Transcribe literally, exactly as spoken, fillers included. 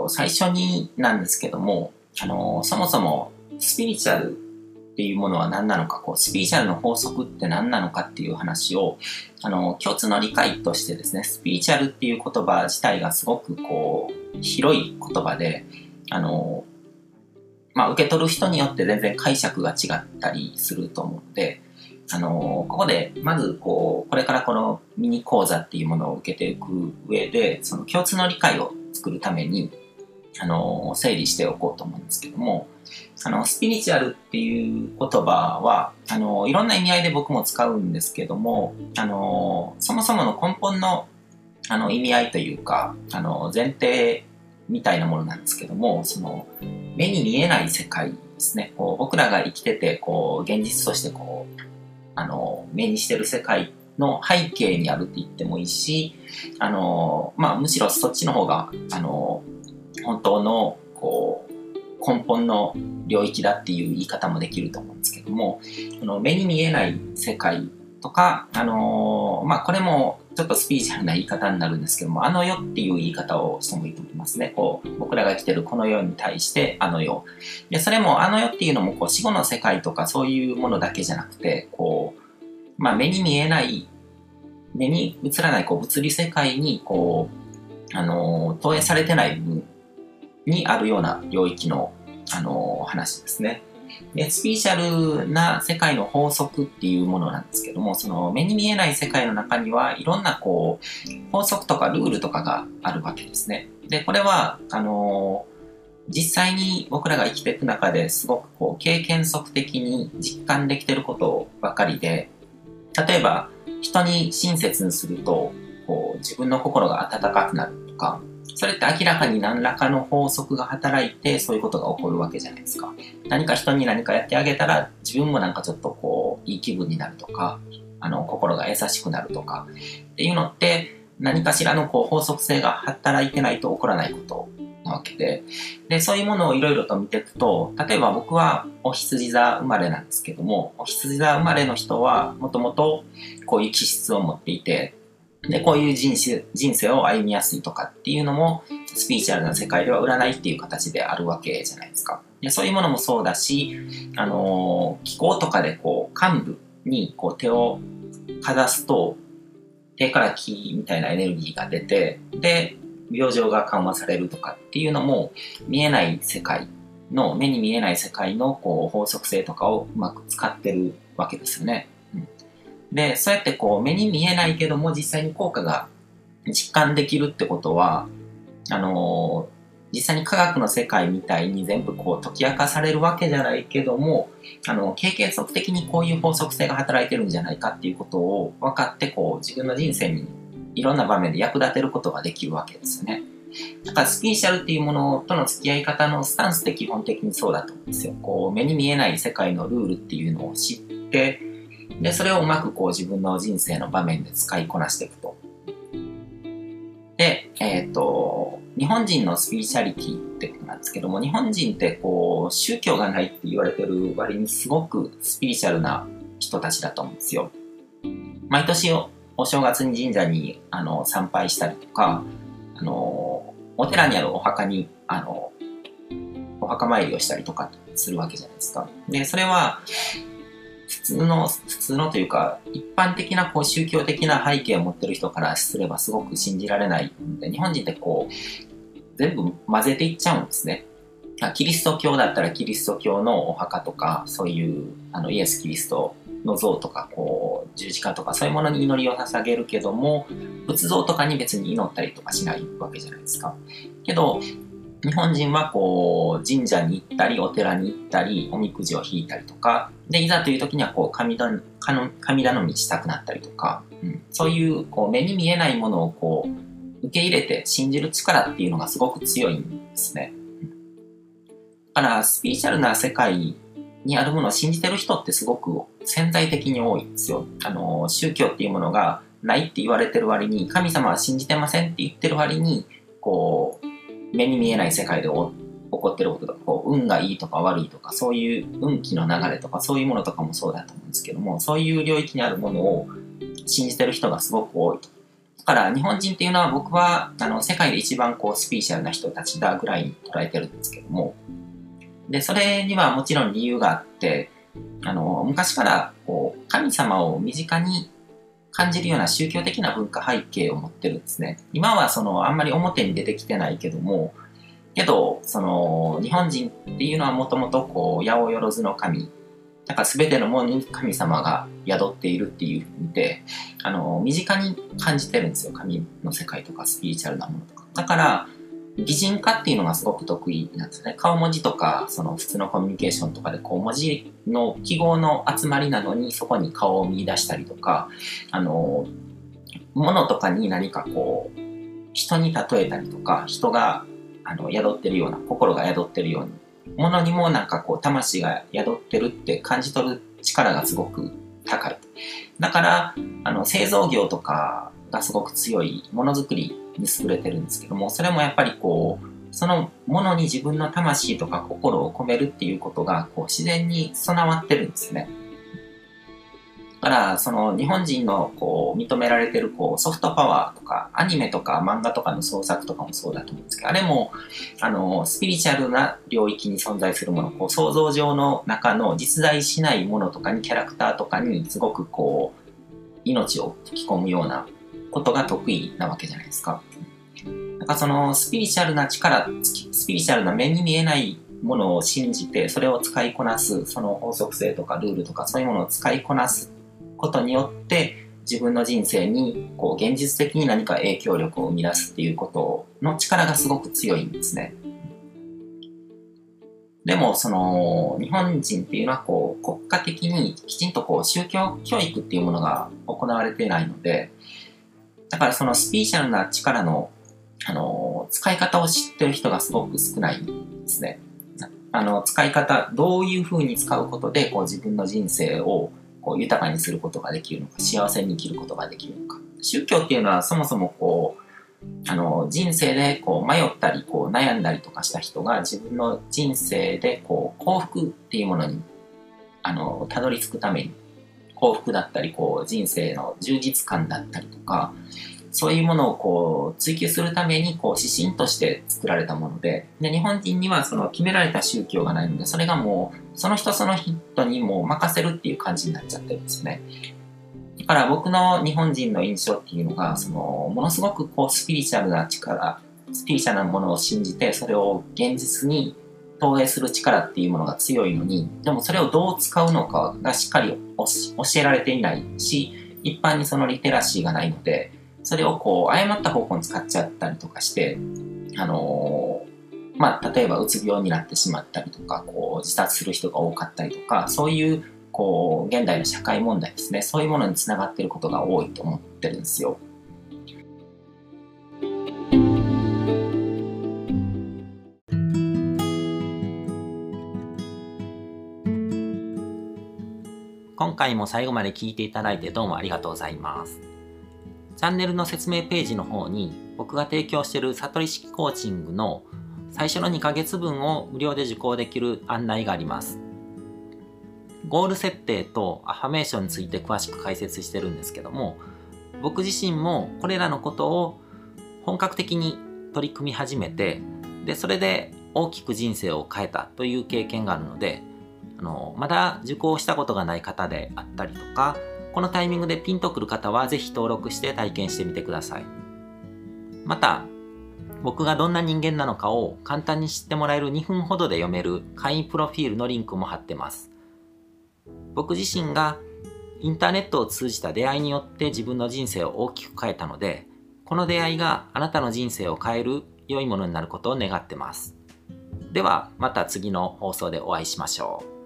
と、最初になんですけども、あの、そもそもスピリチュアルっていうものは何なのか、こう、スピリチュアルの法則って何なのかっていう話を、あの、共通の理解としてですね、スピリチュアルっていう言葉自体がすごくこう、広い言葉で、あの、まあ、受け取る人によって全然解釈が違ったりすると思うので、あのここでまずこうこれからこのミニ講座っていうものを受けていく上で、その共通の理解を作るためにあの整理しておこうと思うんですけども、あのスピリチュアルっていう言葉はあのいろんな意味合いで僕も使うんですけども、あのそもそもの根本のあの意味合いというか、あの前提みたいなものなんですけども、その目に見えない世界ですね。こう僕らが生きててこう現実としてこうあの目にしてる世界の背景にあるって言ってもいいし、あの、まあ、むしろそっちの方があの本当のこう根本の領域だっていう言い方もできると思うんですけども、この目に見えない世界とか、あのまあ、これもちょっとスピリチュアルな言い方になるんですけども、あの世っていう言い方をしてもいいと思いますね。こう僕らが生きてるこの世に対してあの世で、それもあの世っていうのもこう死後の世界とかそういうものだけじゃなくて、こう、まあ、目に見えない目に映らないこう物理世界にこう、あの投影されてない部分にあるような領域の、あの話ですね。でスピリチュアルな世界の法則っていうものなんですけども、その目に見えない世界の中にはいろんなこう法則とかルールとかがあるわけですね。でこれはあの実際に僕らが生きていく中ですごくこう経験則的に実感できていることばかりで、例えば人に親切にするとこう自分の心が温かくなるとか、それって明らかに何らかの法則が働いてそういうことが起こるわけじゃないですか。何か人に何かやってあげたら自分もなんかちょっとこういい気分になるとか、あの心が優しくなるとかっていうのって何かしらのこう法則性が働いてないと起こらないことなわけで、でそういうものをいろいろと見ていくと、例えば僕はお羊座生まれなんですけども、お羊座生まれの人はもともとこういう気質を持っていて、でこういう人生、人生を歩みやすいとかっていうのもスピリチュアルな世界では占いっていう形であるわけじゃないですか。でそういうものもそうだし、あのー、気候とかでこう幹部にこう手をかざすと手から気みたいなエネルギーが出て、で病状が緩和されるとかっていうのも見えない世界の目に見えない世界のこう法則性とかをうまく使ってるわけですよね。で、そうやってこう目に見えないけども実際に効果が実感できるってことは、あのー、実際に科学の世界みたいに全部こう解き明かされるわけじゃないけども、あの経験則的にこういう法則性が働いてるんじゃないかっていうことを分かって、こう自分の人生にいろんな場面で役立てることができるわけですよね。だからスピリチュアルっていうものとの付き合い方のスタンスって基本的にそうだと思うんですよ。こう目に見えない世界のルールっていうのを知って、でそれをうまくこう自分の人生の場面で使いこなしていくと。で、えっと、日本人のスピリチュアリティってことなんですけども、日本人ってこう宗教がないって言われてる割にすごくスピリチュアルな人たちだと思うんですよ。毎年お正月に神社にあの参拝したりとか、あのお寺にあるお墓にあのお墓参りをしたりとかするわけじゃないですか。でそれは普通の普通のというか一般的なこう宗教的な背景を持ってる人からすればすごく信じられないので、日本人ってこう全部混ぜていっちゃうんですね。キリスト教だったらキリスト教のお墓とか、そういうあのイエス・キリストの像とかこう十字架とかそういうものに祈りを捧げるけども、仏像とかに別に祈ったりとかしないわけじゃないですか。けど日本人はこう神社に行ったりお寺に行ったりおみくじを引いたりとかで、いざという時にはこう 神, だ神頼みしたくなったりとか、うん、そういうこう目に見えないものをこう受け入れて信じる力っていうのがすごく強いんですね。だからスピリチュアルな世界にあるものを信じてる人ってすごく潜在的に多いんですよ。あの宗教っていうものがないって言われてる割に、神様は信じてませんって言ってる割に、こう目に見えない世界で起こってることとか、こう運がいいとか悪いとか、そういう運気の流れとかそういうものとかもそうだと思うんですけども、そういう領域にあるものを信じてる人がすごく多いと。 から日本人っていうのは僕はあの世界で一番こうスピリチュアルな人たちだぐらいに捉えてるんですけども、でそれにはもちろん理由があって、あの昔からこう神様を身近に感じるような宗教的な文化背景を持ってるんですね。今はそのあんまり表に出てきてないけども、けどその日本人っていうのはもともとこう八百万の神だから全てのものに神様が宿っているっていう意味で、あの身近に感じてるんですよ、神の世界とかスピリチュアルなものとか。だから擬人化っていうのがすごく得意なんですね。顔文字とかその普通のコミュニケーションとかでこう文字の記号の集まりなのにそこに顔を見出したりとか、あの物とかに何かこう人に例えたりとか、人があの宿ってるような、心が宿ってるように、ものにもなんかこう魂が宿ってるって感じ取る力がすごく高い。だからあの製造業とかがすごく強い、ものづくりに優れてるんですけども、それもやっぱりこうそのものに自分の魂とか心を込めるっていうことがこう自然に備わってるんですね。だからその日本人のこう認められてるこうソフトパワーとかアニメとか漫画とかの創作とかもそうだと思うんですけど、あれもあのスピリチュアルな領域に存在するもの、こう想像上の中の実在しないものとかに、キャラクターとかにすごくこう命を吹き込むようなことが得意なわけじゃないですか。だからそのスピリチュアルな力、スピリチュアルな目に見えないものを信じてそれを使いこなす、その法則性とかルールとかそういうものを使いこなすことによって自分の人生にこう現実的に何か影響力を生み出すっていうことの力がすごく強いんですね。でもその日本人っていうのはこう国家的にきちんとこう宗教教育っていうものが行われていないので、だからそのスピリチュアルな力の、あの使い方を知ってる人がすごく少ないんですね。あの使い方、どういうふうに使うことでこう自分の人生をこう豊かにすることができるのか、幸せに生きることができるのか。宗教っていうのはそもそもこうあの人生でこう迷ったりこう悩んだりとかした人が自分の人生でこう幸福っていうものにあのたどり着くために、幸福だったりこう人生の充実感だったりとか、そういうものをこう追求するためにこう指針として作られたもので、で日本人にはその決められた宗教がないので、それがもうその人その人にもう任せるっていう感じになっちゃってるんですね。だから僕の日本人の印象っていうのが、そのものすごくこうスピリチュアルな力、スピリチュアルなものを信じてそれを現実に投影する力っていうものが強いのに、でもそれをどう使うのかがしっかり教えられていないし、一般にそのリテラシーがないので、それをこう誤った方向に使っちゃったりとかして、あのー、まあ例えばうつ病になってしまったりとか、こう自殺する人が多かったりとか、そういうこう現代の社会問題ですね、そういうものにつながっていることが多いと思ってるんですよ。今回も最後まで聞いていただいてどうもありがとうございます。チャンネルの説明ページの方に僕が提供している悟り式コーチングの最初のにかげつぶんを無料で受講できる案内があります。ゴール設定とアファメーションについて詳しく解説してるんですけども、僕自身もこれらのことを本格的に取り組み始めて、でそれで大きく人生を変えたという経験があるので、あのまだ受講したことがない方であったりとか、このタイミングでピンとくる方はぜひ登録して体験してみてください。また僕がどんな人間なのかを簡単に知ってもらえるにふんほどで読める会員プロフィールのリンクも貼ってます。僕自身がインターネットを通じた出会いによって自分の人生を大きく変えたので、この出会いがあなたの人生を変える良いものになることを願ってます。ではまた次の放送でお会いしましょう。